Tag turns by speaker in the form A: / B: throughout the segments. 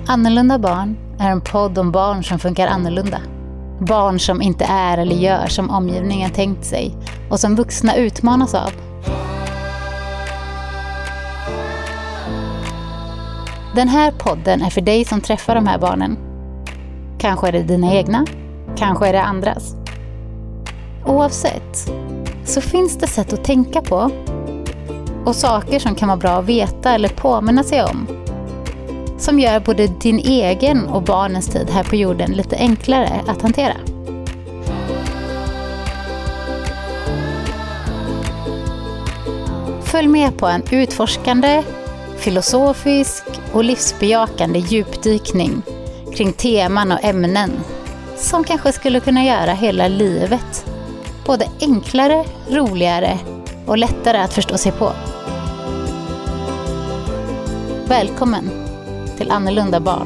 A: Annorlunda barn är en podd om barn som funkar annorlunda. Barn som inte är eller gör som omgivningen tänkt sig och som vuxna utmanas av. Den här podden är för dig som träffar de här barnen. Kanske är det dina egna, kanske är det andras. Oavsett så finns det sätt att tänka på och saker som kan vara bra att veta eller påminna sig om, som gör både din egen och barnens tid här på jorden lite enklare att hantera. Följ med på en utforskande, filosofisk och livsbejakande djupdykning kring teman och ämnen som kanske skulle kunna göra hela livet både enklare, roligare och lättare att förstå sig på. Välkommen till Annorlunda barn.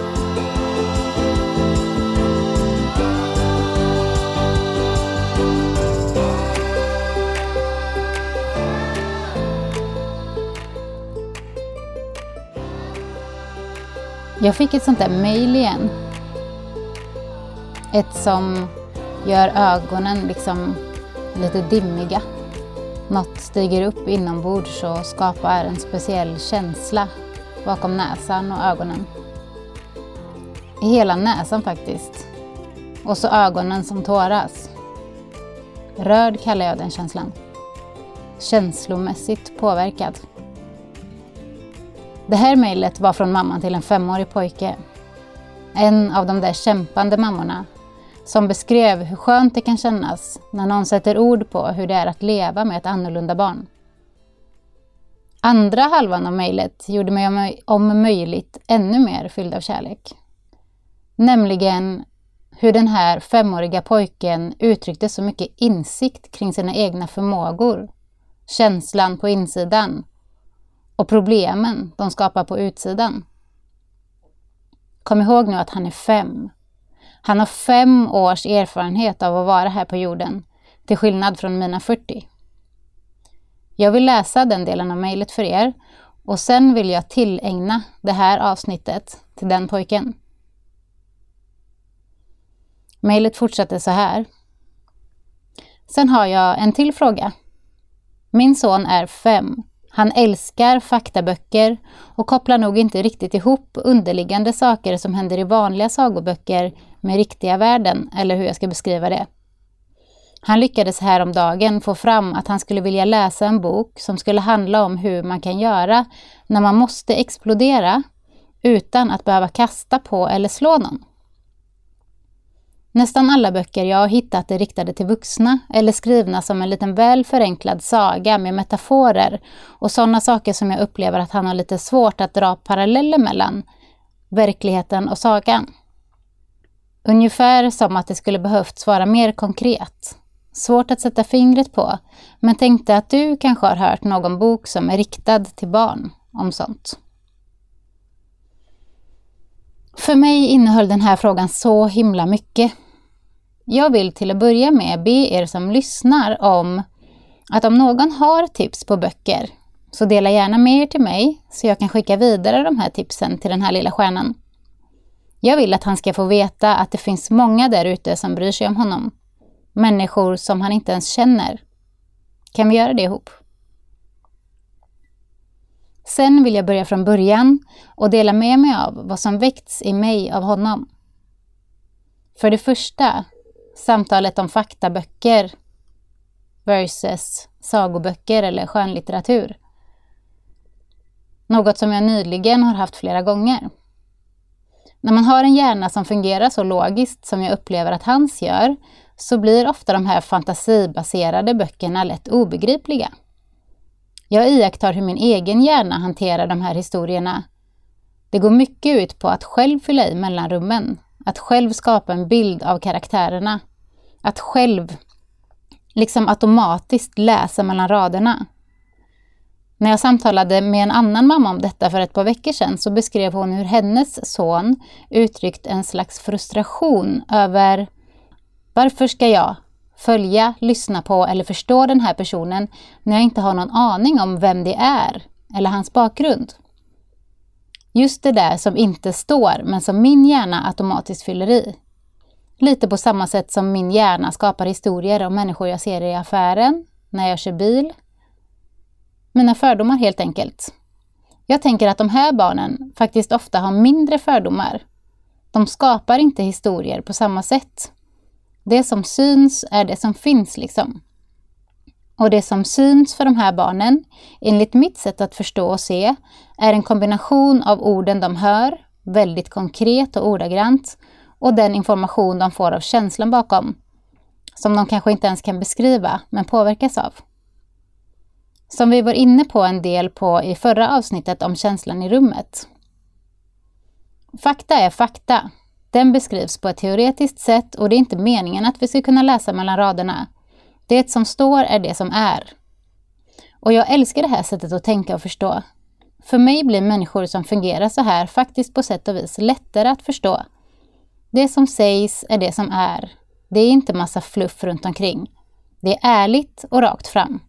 A: Jag fick ett sånt där mejl igen. Ett som gör ögonen liksom lite dimmiga. Något stiger upp inombords och skapar en speciell känsla bakom näsan och ögonen. I hela näsan faktiskt. Och så ögonen som tåras. Rörd kallar jag den känslan. Känslomässigt påverkad. Det här mejlet var från mamman till en 5-årig pojke. En av de där kämpande mammorna som beskrev hur skönt det kan kännas när någon sätter ord på hur det är att leva med ett annorlunda barn. Andra halvan av mejlet gjorde mig om möjligt ännu mer fylld av kärlek. Nämligen hur den här 5-åriga pojken uttryckte så mycket insikt kring sina egna förmågor, känslan på insidan och problemen de skapar på utsidan. Kom ihåg nu att han är 5. Han har 5 års erfarenhet av att vara här på jorden, till skillnad från mina 40. Jag vill läsa den delen av mejlet för er och sen vill jag tillägna det här avsnittet till den pojken. Mejlet fortsätter så här. Sen har jag en till fråga. Min son är 5. Han älskar faktaböcker och kopplar nog inte riktigt ihop underliggande saker som händer i vanliga sagoböcker med riktiga världen, eller hur jag ska beskriva det. Han lyckades häromdagen få fram att han skulle vilja läsa en bok som skulle handla om hur man kan göra när man måste explodera utan att behöva kasta på eller slå någon. Nästan alla böcker jag har hittat är riktade till vuxna eller skrivna som en liten väl förenklad saga med metaforer och sådana saker som jag upplever att han har lite svårt att dra paralleller mellan verkligheten och sagan. Ungefär som att det skulle behövts vara mer konkret. Svårt att sätta fingret på, men tänkte att du kanske har hört någon bok som är riktad till barn om sånt. För mig innehöll den här frågan så himla mycket. Jag vill till att börja med be er som lyssnar om att om någon har tips på böcker så dela gärna med er till mig så jag kan skicka vidare de här tipsen till den här lilla stjärnan. Jag vill att han ska få veta att det finns många där ute som bryr sig om honom. Människor som han inte ens känner. Kan vi göra det ihop? Sen vill jag börja från början och dela med mig av vad som väckts i mig av honom. För det första, samtalet om faktaböcker versus sagoböcker eller skönlitteratur. Något som jag nyligen har haft flera gånger. När man har en hjärna som fungerar så logiskt som jag upplever att hans gör så blir ofta de här fantasibaserade böckerna lätt obegripliga. Jag iakttar hur min egen hjärna hanterar de här historierna. Det går mycket ut på att själv fylla i mellanrummen, att själv skapa en bild av karaktärerna, att själv liksom automatiskt läsa mellan raderna. När jag samtalade med en annan mamma om detta för ett par veckor sedan så beskrev hon hur hennes son uttryckt en slags frustration över varför ska jag följa, lyssna på eller förstå den här personen när jag inte har någon aning om vem det är eller hans bakgrund. Just det där som inte står men som min hjärna automatiskt fyller i. Lite på samma sätt som min hjärna skapar historier om människor jag ser i affären, när jag kör bil. Mina fördomar helt enkelt. Jag tänker att de här barnen faktiskt ofta har mindre fördomar. De skapar inte historier på samma sätt. Det som syns är det som finns liksom. Och det som syns för de här barnen, enligt mitt sätt att förstå och se, är en kombination av orden de hör, väldigt konkret och ordagrant, och den information de får av känslan bakom, som de kanske inte ens kan beskriva, men påverkas av. Som vi var inne på en del på i förra avsnittet om känslan i rummet. Fakta är fakta. Den beskrivs på ett teoretiskt sätt och det är inte meningen att vi ska kunna läsa mellan raderna. Det som står är det som är. Och jag älskar det här sättet att tänka och förstå. För mig blir människor som fungerar så här faktiskt på sätt och vis lättare att förstå. Det som sägs är det som är. Det är inte massa fluff runt omkring. Det är ärligt och rakt fram.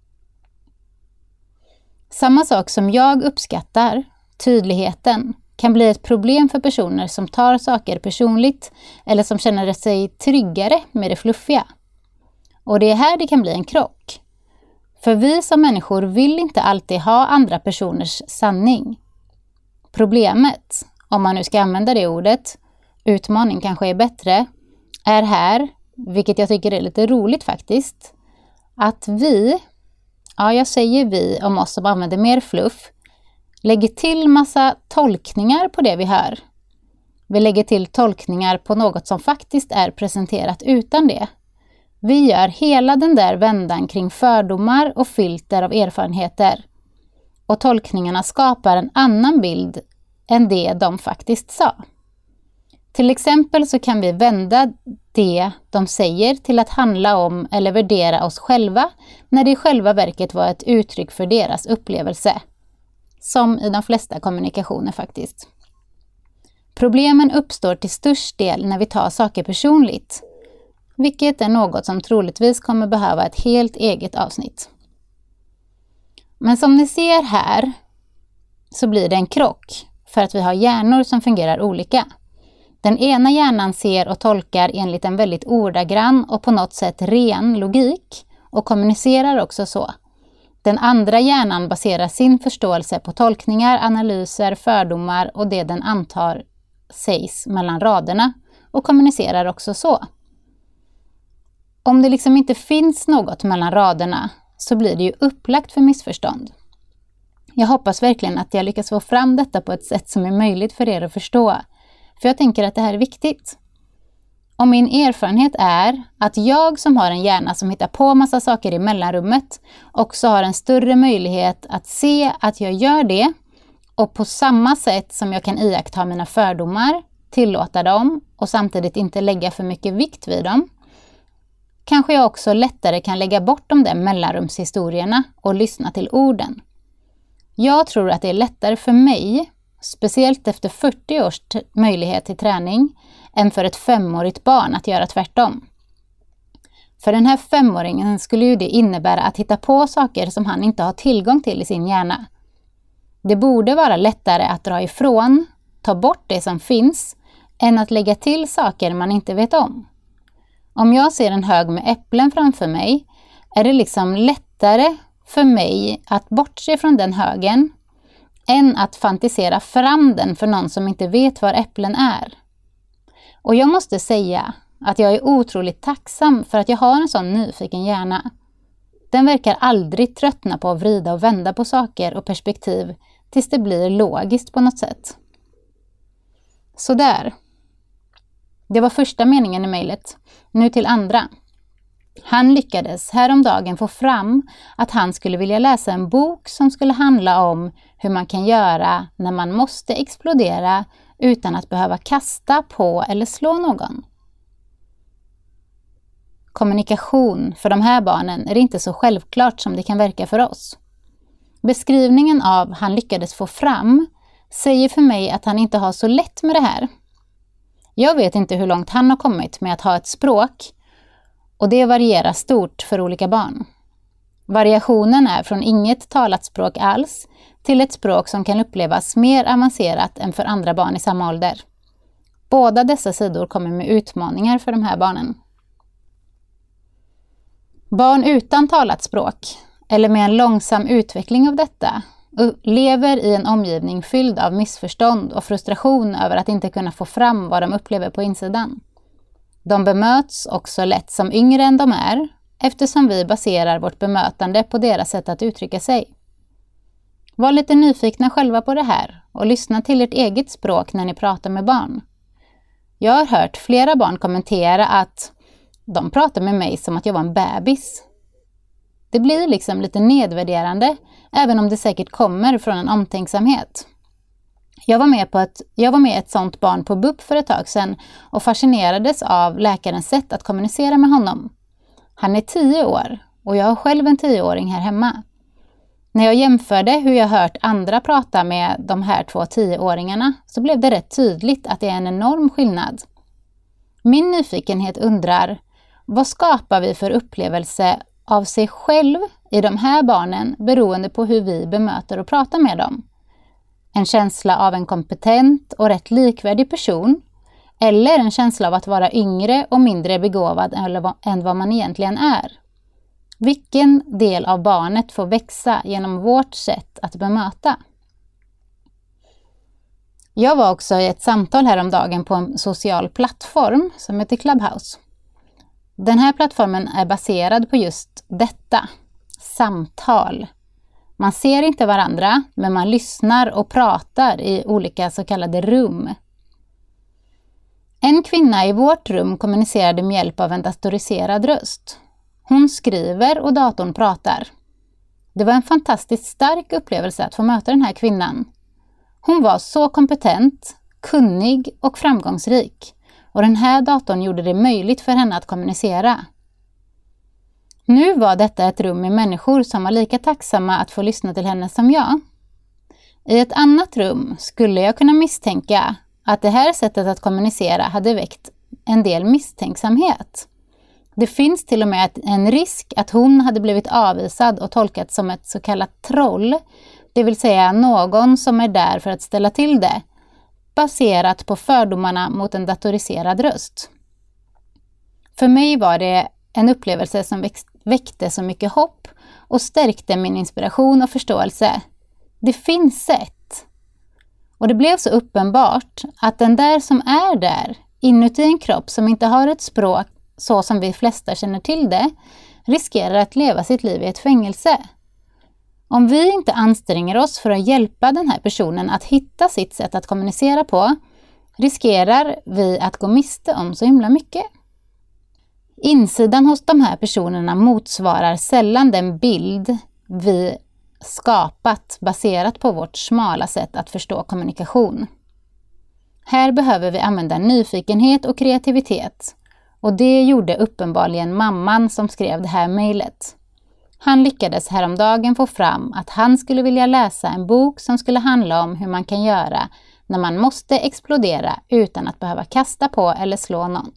A: Samma sak som jag uppskattar, tydligheten, kan bli ett problem för personer som tar saker personligt eller som känner sig tryggare med det fluffiga. Och det är här det kan bli en krock. För vi som människor vill inte alltid ha andra personers sanning. Problemet, om man nu ska använda det ordet, utmaning kanske är bättre, är här, vilket jag tycker är lite roligt faktiskt, att vi, ja jag säger vi om oss som använder mer fluff, lägger till massa tolkningar på det vi hör. Vi lägger till tolkningar på något som faktiskt är presenterat utan det. Vi gör hela den där vändan kring fördomar och filter av erfarenheter. Och tolkningarna skapar en annan bild än det de faktiskt sa. Till exempel så kan vi vända det de säger till att handla om eller värdera oss själva när det i själva verket var ett uttryck för deras upplevelse. Som i de flesta kommunikationer faktiskt. Problemen uppstår till störst del när vi tar saker personligt. Vilket är något som troligtvis kommer behöva ett helt eget avsnitt. Men som ni ser här så blir det en krock för att vi har hjärnor som fungerar olika. Den ena hjärnan ser och tolkar enligt en väldigt ordagrann och på något sätt ren logik och kommunicerar också så. Den andra hjärnan baserar sin förståelse på tolkningar, analyser, fördomar och det den antar sägs mellan raderna och kommunicerar också så. Om det liksom inte finns något mellan raderna så blir det ju upplagt för missförstånd. Jag hoppas verkligen att jag lyckas få fram detta på ett sätt som är möjligt för er att förstå. För jag tänker att det här är viktigt. Och min erfarenhet är att jag som har en hjärna som hittar på massa saker i mellanrummet också har en större möjlighet att se att jag gör det och på samma sätt som jag kan iaktta mina fördomar, tillåta dem och samtidigt inte lägga för mycket vikt vid dem, kanske jag också lättare kan lägga bort de där mellanrumshistorierna och lyssna till orden. Jag tror att det är lättare för mig, speciellt efter 40 års möjlighet till träning, än för ett 5-årigt barn att göra tvärtom. För den här 5-åringen skulle ju det innebära att hitta på saker som han inte har tillgång till i sin hjärna. Det borde vara lättare att dra ifrån, ta bort det som finns, än att lägga till saker man inte vet om. Om jag ser en hög med äpplen framför mig är det liksom lättare för mig att bortse från den högen än att fantisera fram den för någon som inte vet var äpplen är. Och jag måste säga att jag är otroligt tacksam för att jag har en sån nyfiken hjärna. Den verkar aldrig tröttna på att vrida och vända på saker och perspektiv tills det blir logiskt på något sätt. Så där. Det var första meningen i mejlet. Nu till andra. Han lyckades häromdagen få fram att han skulle vilja läsa en bok som skulle handla om hur man kan göra när man måste explodera utan att behöva kasta på eller slå någon. Kommunikation för de här barnen är inte så självklart som det kan verka för oss. Beskrivningen av han lyckades få fram säger för mig att han inte har så lätt med det här. Jag vet inte hur långt han har kommit med att ha ett språk och det varierar stort för olika barn. Variationen är från inget talat språk alls till ett språk som kan upplevas mer avancerat än för andra barn i samma ålder. Båda dessa sidor kommer med utmaningar för de här barnen. Barn utan talat språk, eller med en långsam utveckling av detta, lever i en omgivning fylld av missförstånd och frustration över att inte kunna få fram vad de upplever på insidan. De bemöts också lätt som yngre än de är, eftersom vi baserar vårt bemötande på deras sätt att uttrycka sig. Var lite nyfikna själva på det här och lyssna till ert eget språk när ni pratar med barn. Jag har hört flera barn kommentera att de pratar med mig som att jag var en bebis. Det blir liksom lite nedvärderande, även om det säkert kommer från en omtänksamhet. Jag var med ett sånt barn på BUP för ett tag sedan och fascinerades av läkarens sätt att kommunicera med honom. Han är 10 år och jag har själv en 10-åring här hemma. När jag jämförde hur jag hört andra prata med de här 2 10-åringarna så blev det rätt tydligt att det är en enorm skillnad. Min nyfikenhet undrar, vad skapar vi för upplevelse av sig själv i de här barnen beroende på hur vi bemöter och pratar med dem? En känsla av en kompetent och rätt likvärdig person, eller en känsla av att vara yngre och mindre begåvad än vad man egentligen är? Vilken del av barnet får växa genom vårt sätt att bemöta? Jag var också i ett samtal häromdagen på en social plattform som heter Clubhouse. Den här plattformen är baserad på just detta, samtal. Man ser inte varandra, men man lyssnar och pratar i olika så kallade rum. En kvinna i vårt rum kommunicerade med hjälp av en datoriserad röst. Hon skriver och datorn pratar. Det var en fantastiskt stark upplevelse att få möta den här kvinnan. Hon var så kompetent, kunnig och framgångsrik. Och den här datorn gjorde det möjligt för henne att kommunicera. Nu var detta ett rum med människor som var lika tacksamma att få lyssna till henne som jag. I ett annat rum skulle jag kunna misstänka att det här sättet att kommunicera hade väckt en del misstänksamhet. Det finns till och med en risk att hon hade blivit avvisad och tolkat som ett så kallat troll, det vill säga någon som är där för att ställa till det, baserat på fördomarna mot en datoriserad röst. För mig var det en upplevelse som väckte så mycket hopp och stärkte min inspiration och förståelse. Det finns sätt. Och det blev så uppenbart att den där som är där, inuti en kropp som inte har ett språk så som vi flesta känner till det, riskerar att leva sitt liv i ett fängelse. Om vi inte anstränger oss för att hjälpa den här personen att hitta sitt sätt att kommunicera på, riskerar vi att gå miste om så himla mycket. Insidan hos de här personerna motsvarar sällan den bild vi skapat baserat på vårt smala sätt att förstå kommunikation. Här behöver vi använda nyfikenhet och kreativitet, och det gjorde uppenbarligen mamman som skrev det här mejlet. Han lyckades häromdagen få fram att han skulle vilja läsa en bok som skulle handla om hur man kan göra när man måste explodera utan att behöva kasta på eller slå någon.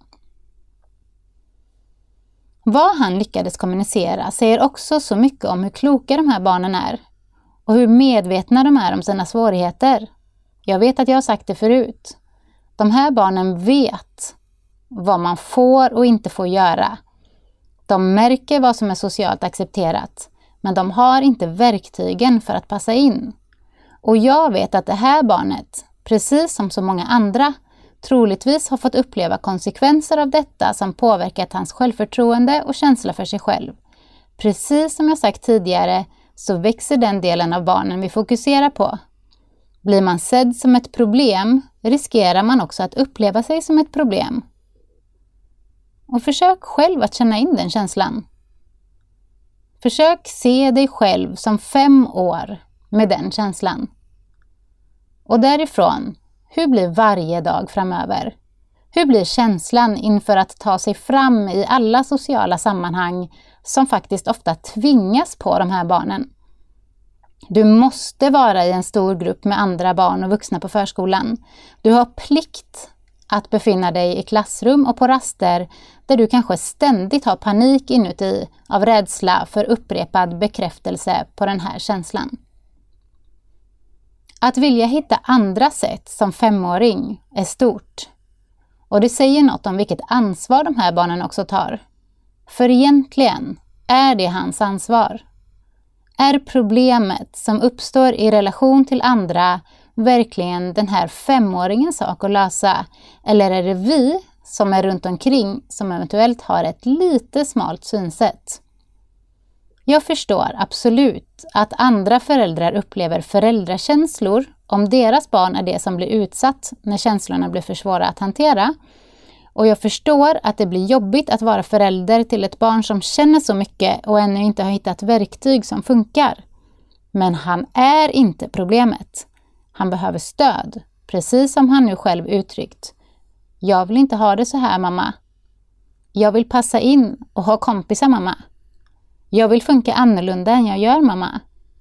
A: Vad han lyckades kommunicera säger också så mycket om hur kloka de här barnen är och hur medvetna de är om sina svårigheter. Jag vet att jag har sagt det förut. De här barnen vet vad man får och inte får göra. De märker vad som är socialt accepterat, men de har inte verktygen för att passa in. Och jag vet att det här barnet, precis som så många andra, troligtvis har fått uppleva konsekvenser av detta som påverkat hans självförtroende och känsla för sig själv. Precis som jag sagt tidigare så växer den delen av barnen vi fokuserar på. Blir man sedd som ett problem riskerar man också att uppleva sig som ett problem. Och försök själv att känna in den känslan. Försök se dig själv som 5 år med den känslan. Och därifrån, hur blir varje dag framöver? Hur blir känslan inför att ta sig fram i alla sociala sammanhang som faktiskt ofta tvingas på de här barnen? Du måste vara i en stor grupp med andra barn och vuxna på förskolan. Du har plikt att befinna dig i klassrum och på raster där du kanske ständigt har panik inuti av rädsla för upprepad bekräftelse på den här känslan. Att vilja hitta andra sätt som 5-åring är stort. Och det säger något om vilket ansvar de här barnen också tar. För egentligen är det hans ansvar. Är problemet som uppstår i relation till andra verkligen den här 5-åringens sak att lösa? Eller är det vi som är runt omkring som eventuellt har ett lite smalt synsätt? Jag förstår absolut att andra föräldrar upplever föräldrakänslor om deras barn är det som blir utsatt när känslorna blir för svåra att hantera. Och jag förstår att det blir jobbigt att vara förälder till ett barn som känner så mycket och ännu inte har hittat verktyg som funkar. Men han är inte problemet. Han behöver stöd, precis som han nu själv uttryckt. Jag vill inte ha det så här, mamma. Jag vill passa in och ha kompisar, mamma. Jag vill funka annorlunda än jag gör, mamma.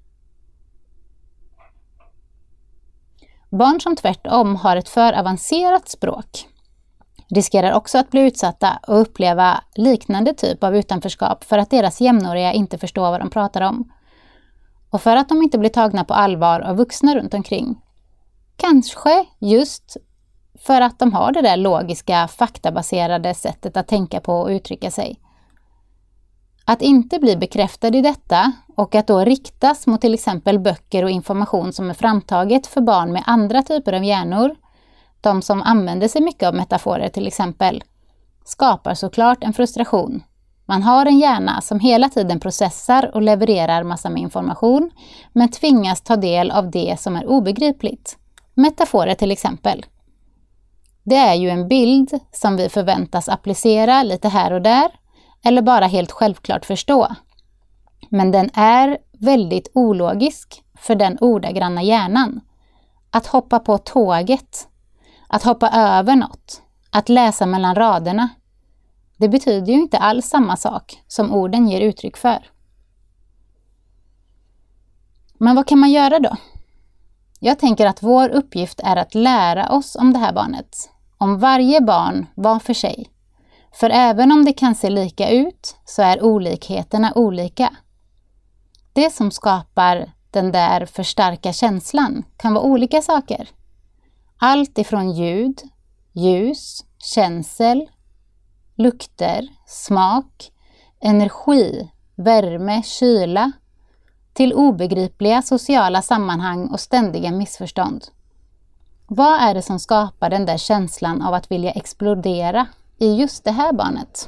A: Barn som tvärtom har ett för avancerat språk riskerar också att bli utsatta och uppleva liknande typ av utanförskap för att deras jämnåriga inte förstår vad de pratar om. Och för att de inte blir tagna på allvar av vuxna runt omkring. Kanske just för att de har det där logiska, faktabaserade sättet att tänka på och uttrycka sig. Att inte bli bekräftad i detta och att då riktas mot till exempel böcker och information som är framtaget för barn med andra typer av hjärnor, de som använder sig mycket av metaforer till exempel, skapar såklart en frustration. Man har en hjärna som hela tiden processar och levererar massa med information, men tvingas ta del av det som är obegripligt. Metaforer till exempel. Det är ju en bild som vi förväntas applicera lite här och där, eller bara helt självklart förstå. Men den är väldigt ologisk för den ordagranna hjärnan. Att hoppa på tåget, att hoppa över något, att läsa mellan raderna. Det betyder ju inte alls samma sak som orden ger uttryck för. Men vad kan man göra då? Jag tänker att vår uppgift är att lära oss om det här barnet. Om varje barn var för sig. För även om det kan se lika ut så är olikheterna olika. Det som skapar den där för starka känslan kan vara olika saker. Allt ifrån ljud, ljus, känsel, lukter, smak, energi, värme, kyla till obegripliga sociala sammanhang och ständiga missförstånd. Vad är det som skapar den där känslan av att vilja explodera i just det här barnet?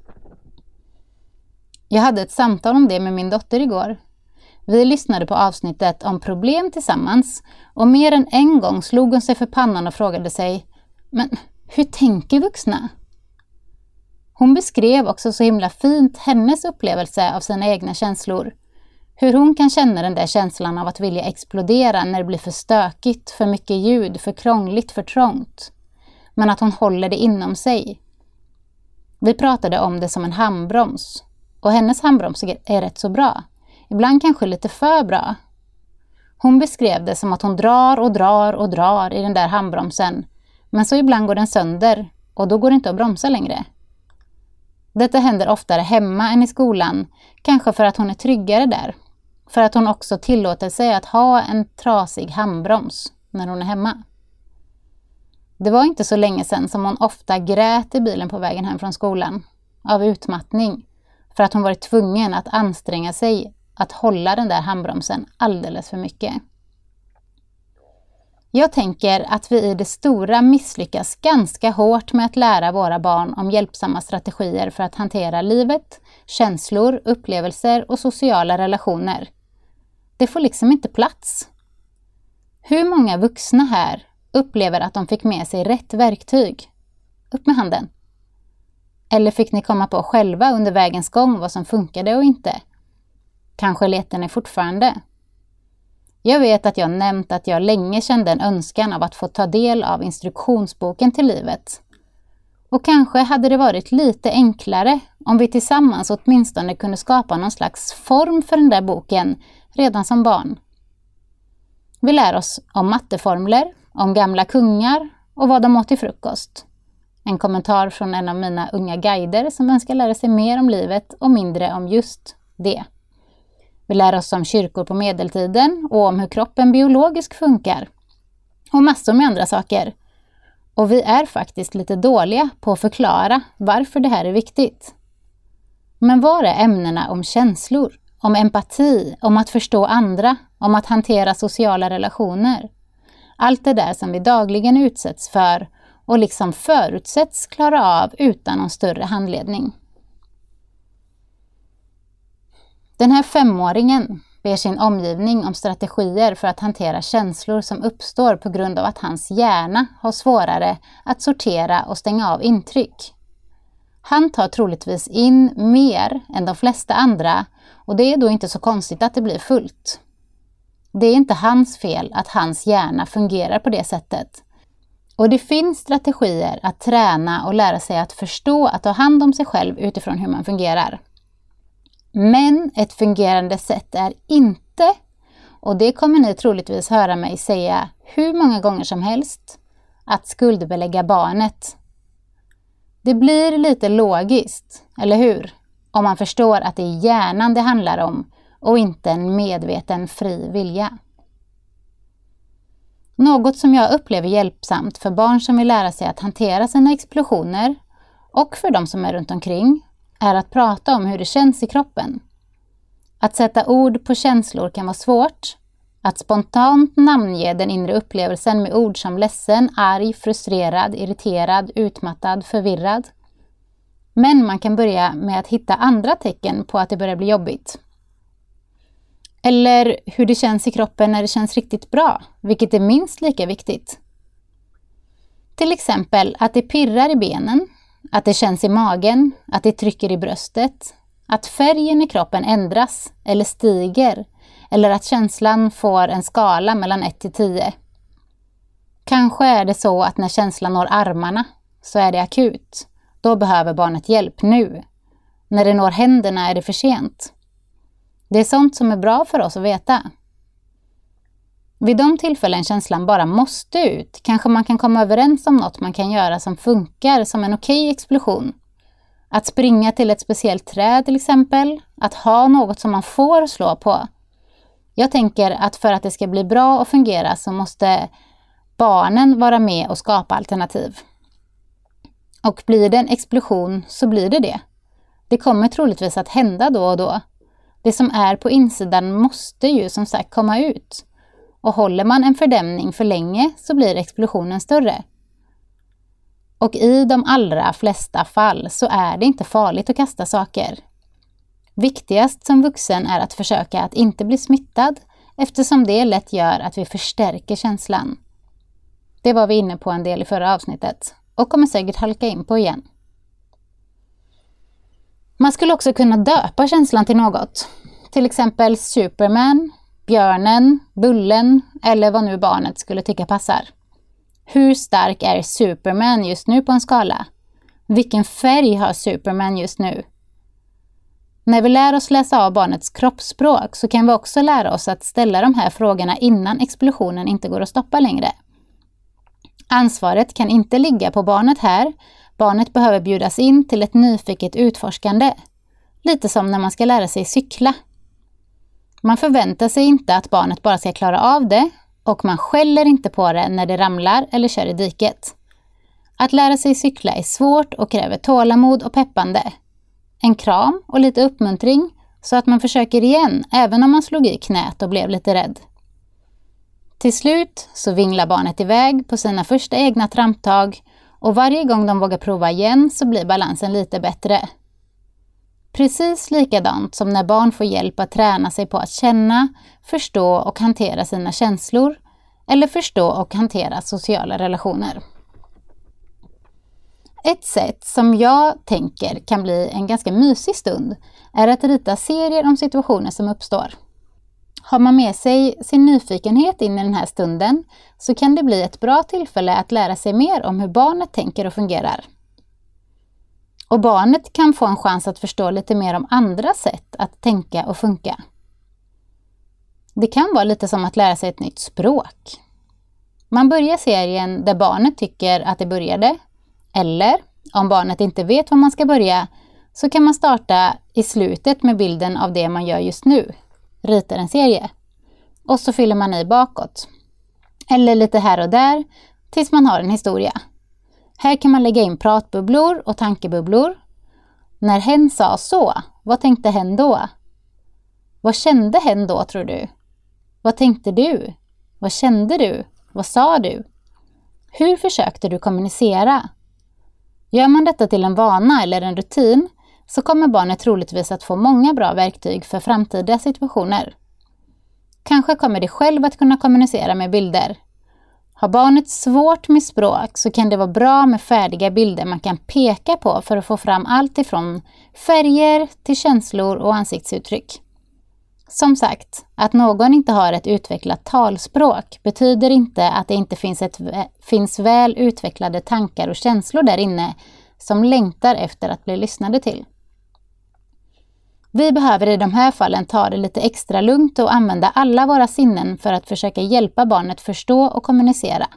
A: Jag hade ett samtal om det med min dotter igår. Vi lyssnade på avsnittet om problem tillsammans och mer än en gång slog hon sig för pannan och frågade sig: men hur tänker vuxna? Hon beskrev också så himla fint hennes upplevelse av sina egna känslor. Hur hon kan känna den där känslan av att vilja explodera när det blir för stökigt, för mycket ljud, för krångligt, för trångt. Men att hon håller det inom sig. Vi pratade om det som en handbroms. Och hennes handbroms är rätt så bra. Ibland kanske lite för bra. Hon beskrev det som att hon drar och drar och drar i den där handbromsen. Men så ibland går den sönder och då går det inte att bromsa längre. Detta händer oftare hemma än i skolan. Kanske för att hon är tryggare där. För att hon också tillåter sig att ha en trasig handbroms när hon är hemma. Det var inte så länge sedan som hon ofta grät i bilen på vägen hem från skolan. Av utmattning. För att hon varit tvungen att anstränga sig att hålla den där handbromsen alldeles för mycket. Jag tänker att vi i det stora misslyckas ganska hårt med att lära våra barn om hjälpsamma strategier för att hantera livet, känslor, upplevelser och sociala relationer. Det får liksom inte plats. Hur många vuxna här upplever att de fick med sig rätt verktyg? Upp med handen. Eller fick ni komma på själva under vägens gång vad som funkade och inte? Kanske letar ni fortfarande. Jag vet att jag nämnt att jag länge kände en önskan av att få ta del av instruktionsboken till livet. Och kanske hade det varit lite enklare om vi tillsammans åtminstone kunde skapa någon slags form för den där boken redan som barn. Vi lär oss om matteformler, om gamla kungar och vad de åt till frukost. En kommentar från en av mina unga guider som önskar lära sig mer om livet och mindre om just det. Vi lär oss om kyrkor på medeltiden och om hur kroppen biologiskt funkar. Och massor med andra saker. Och vi är faktiskt lite dåliga på att förklara varför det här är viktigt. Men var är ämnena om känslor, om empati, om att förstå andra, om att hantera sociala relationer? Allt det där som vi dagligen utsätts för och liksom förutsätts klara av utan någon större handledning. Den här 5-åringen ber sin omgivning om strategier för att hantera känslor som uppstår på grund av att hans hjärna har svårare att sortera och stänga av intryck. Han tar troligtvis in mer än de flesta andra och det är då inte så konstigt att det blir fullt. Det är inte hans fel att hans hjärna fungerar på det sättet. Och det finns strategier att träna och lära sig att förstå att ta hand om sig själv utifrån hur man fungerar. Men ett fungerande sätt är inte, och det kommer ni troligtvis höra mig säga hur många gånger som helst, att skuldbelägga barnet. Det blir lite logiskt, eller hur? Om man förstår att det är hjärnan det handlar om och inte en medveten fri vilja. Något som jag upplever hjälpsamt för barn som vill lära sig att hantera sina explosioner och för de som är runt omkring är att prata om hur det känns i kroppen. Att sätta ord på känslor kan vara svårt. Att spontant namnge den inre upplevelsen med ord som ledsen, arg, frustrerad, irriterad, utmattad, förvirrad. Men man kan börja med att hitta andra tecken på att det börjar bli jobbigt. Eller hur det känns i kroppen när det känns riktigt bra, vilket är minst lika viktigt. Till exempel att det pirrar i benen, att det känns i magen, att det trycker i bröstet, att färgen i kroppen ändras eller stiger, eller att känslan får en skala mellan 1 till 10. Kanske är det så att när känslan når armarna så är det akut. Då behöver barnet hjälp nu. När det når händerna är det för sent. Det är sånt som är bra för oss att veta. Vid de tillfällen känslan bara måste ut kanske man kan komma överens om något man kan göra som funkar som en okej explosion. Att springa till ett speciellt träd till exempel. Att ha något som man får slå på. Jag tänker att för att det ska bli bra och fungera så måste barnen vara med och skapa alternativ. Och blir det en explosion så blir det det. Det kommer troligtvis att hända då och då. Det som är på insidan måste ju som sagt komma ut. Och håller man en fördämning för länge så blir explosionen större. Och i de allra flesta fall så är det inte farligt att kasta saker. Viktigast som vuxen är att försöka att inte bli smittad eftersom det lätt gör att vi förstärker känslan. Det var vi inne på en del i förra avsnittet och kommer säkert halka in på igen. Man skulle också kunna döpa känslan till något. Till exempel Superman, björnen, bullen eller vad nu barnet skulle tycka passar. Hur stark är Superman just nu på en skala? Vilken färg har Superman just nu? När vi lär oss läsa av barnets kroppsspråk så kan vi också lära oss att ställa de här frågorna innan explosionen inte går att stoppa längre. Ansvaret kan inte ligga på barnet här. Barnet behöver bjudas in till ett nyfiket utforskande. Lite som när man ska lära sig cykla. Man förväntar sig inte att barnet bara ska klara av det och man skäller inte på det när det ramlar eller kör i diket. Att lära sig cykla är svårt och kräver tålamod och peppande. En kram och lite uppmuntring så att man försöker igen även om man slog i knät och blev lite rädd. Till slut så vinglar barnet iväg på sina första egna tramptag och varje gång de vågar prova igen så blir balansen lite bättre. Precis likadant som när barn får hjälp att träna sig på att känna, förstå och hantera sina känslor eller förstå och hantera sociala relationer. Ett sätt som jag tänker kan bli en ganska mysig stund är att rita serier om situationer som uppstår. Har man med sig sin nyfikenhet in i den här stunden så kan det bli ett bra tillfälle att lära sig mer om hur barnet tänker och fungerar. Och barnet kan få en chans att förstå lite mer om andra sätt att tänka och funka. Det kan vara lite som att lära sig ett nytt språk. Man börjar serien där barnet tycker att det började. Eller, om barnet inte vet var man ska börja, så kan man starta i slutet med bilden av det man gör just nu. ritar en serie. Och så fyller man i bakåt. Eller lite här och där tills man har en historia. Här kan man lägga in pratbubblor och tankebubblor. När hen sa så, vad tänkte hen då? Vad kände hen då, tror du? Vad tänkte du? Vad kände du? Vad sa du? Hur försökte du kommunicera? Gör man detta till en vana eller en rutin så kommer barnet troligtvis att få många bra verktyg för framtida situationer. Kanske kommer det själv att kunna kommunicera med bilder. Har barnet svårt med språk så kan det vara bra med färdiga bilder man kan peka på för att få fram allt ifrån färger till känslor och ansiktsuttryck. Som sagt, att någon inte har ett utvecklat talspråk betyder inte att det inte finns väl utvecklade tankar och känslor där inne som längtar efter att bli lyssnade till. Vi behöver i de här fallen ta det lite extra lugnt och använda alla våra sinnen för att försöka hjälpa barnet förstå och kommunicera.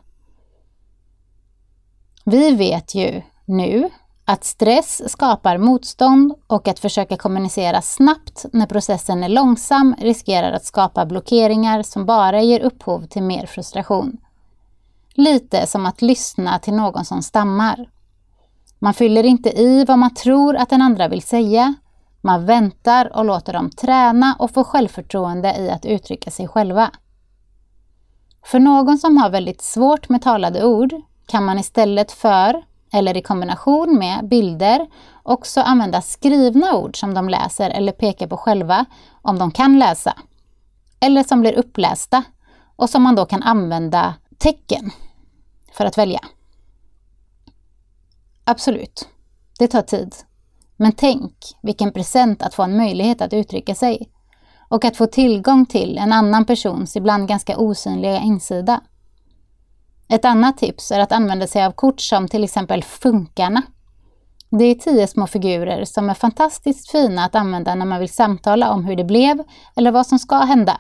A: Vi vet ju nu att stress skapar motstånd och att försöka kommunicera snabbt när processen är långsam riskerar att skapa blockeringar som bara ger upphov till mer frustration. Lite som att lyssna till någon som stammar. Man fyller inte i vad man tror att den andra vill säga. Man väntar och låter dem träna och få självförtroende i att uttrycka sig själva. För någon som har väldigt svårt med talade ord kan man istället för, eller i kombination med bilder, också använda skrivna ord som de läser eller pekar på själva om de kan läsa. Eller som blir upplästa och som man då kan använda tecken för att välja. Absolut, det tar tid. Men tänk vilken present att få en möjlighet att uttrycka sig och att få tillgång till en annan persons ibland ganska osynliga insida. Ett annat tips är att använda sig av kort som till exempel funkarna. Det är 10 små figurer som är fantastiskt fina att använda när man vill samtala om hur det blev eller vad som ska hända.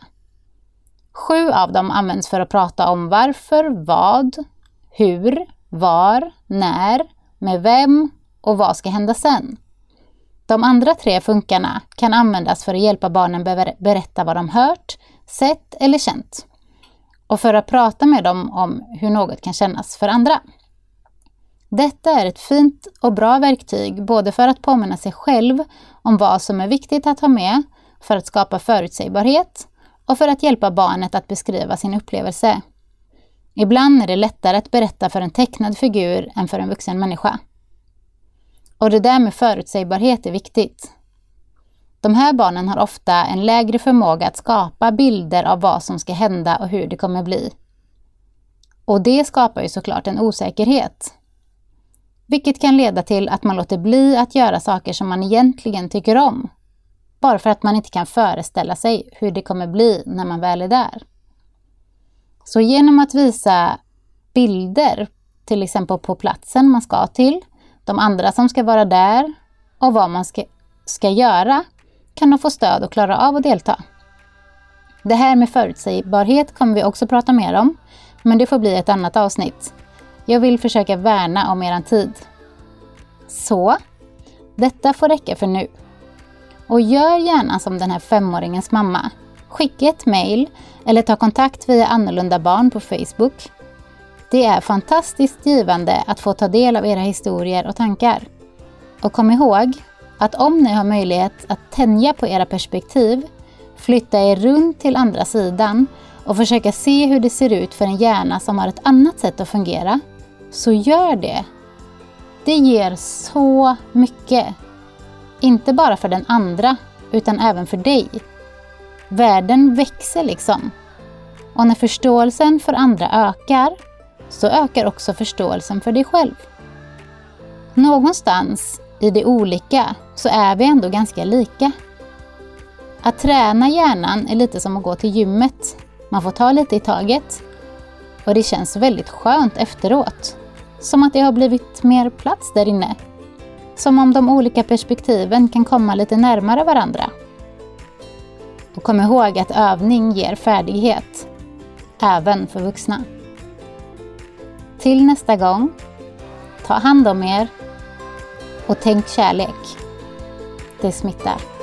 A: 7 av dem används för att prata om varför, vad, hur, var, när, med vem och vad ska hända sen. De andra 3 funkarna kan användas för att hjälpa barnen berätta vad de hört, sett eller känt. Och för att prata med dem om hur något kan kännas för andra. Detta är ett fint och bra verktyg både för att påminna sig själv om vad som är viktigt att ha med för att skapa förutsägbarhet och för att hjälpa barnet att beskriva sin upplevelse. Ibland är det lättare att berätta för en tecknad figur än för en vuxen människa. Och det där med förutsägbarhet är viktigt. De här barnen har ofta en lägre förmåga att skapa bilder av vad som ska hända och hur det kommer bli. Och det skapar ju såklart en osäkerhet. Vilket kan leda till att man låter bli att göra saker som man egentligen tycker om. Bara för att man inte kan föreställa sig hur det kommer bli när man väl är där. Så genom att visa bilder, till exempel på platsen man ska till, de andra som ska vara där och vad man ska göra, kan de få stöd och klara av att delta. Det här med förutsägbarhet kommer vi också prata mer om, men det får bli ett annat avsnitt. Jag vill försöka värna om er tid. Så, detta får räcka för nu. Och gör gärna som den här 5-åringens mamma. Skicka ett mejl eller ta kontakt via Annorlunda barn på Facebook. Det är fantastiskt givande att få ta del av era historier och tankar. Och kom ihåg att om ni har möjlighet att tänja på era perspektiv, flytta er runt till andra sidan och försöka se hur det ser ut för en hjärna som har ett annat sätt att fungera, så gör det. Det ger så mycket. Inte bara för den andra, utan även för dig. Världen växer liksom. Och när förståelsen för andra ökar, så ökar också förståelsen för dig själv. Någonstans i det olika så är vi ändå ganska lika. Att träna hjärnan är lite som att gå till gymmet. Man får ta lite i taget. Och det känns väldigt skönt efteråt. Som att det har blivit mer plats där inne. Som om de olika perspektiven kan komma lite närmare varandra. Och kom ihåg att övning ger färdighet. Även för vuxna. Till nästa gång, ta hand om er och tänk kärlek. Det smittar.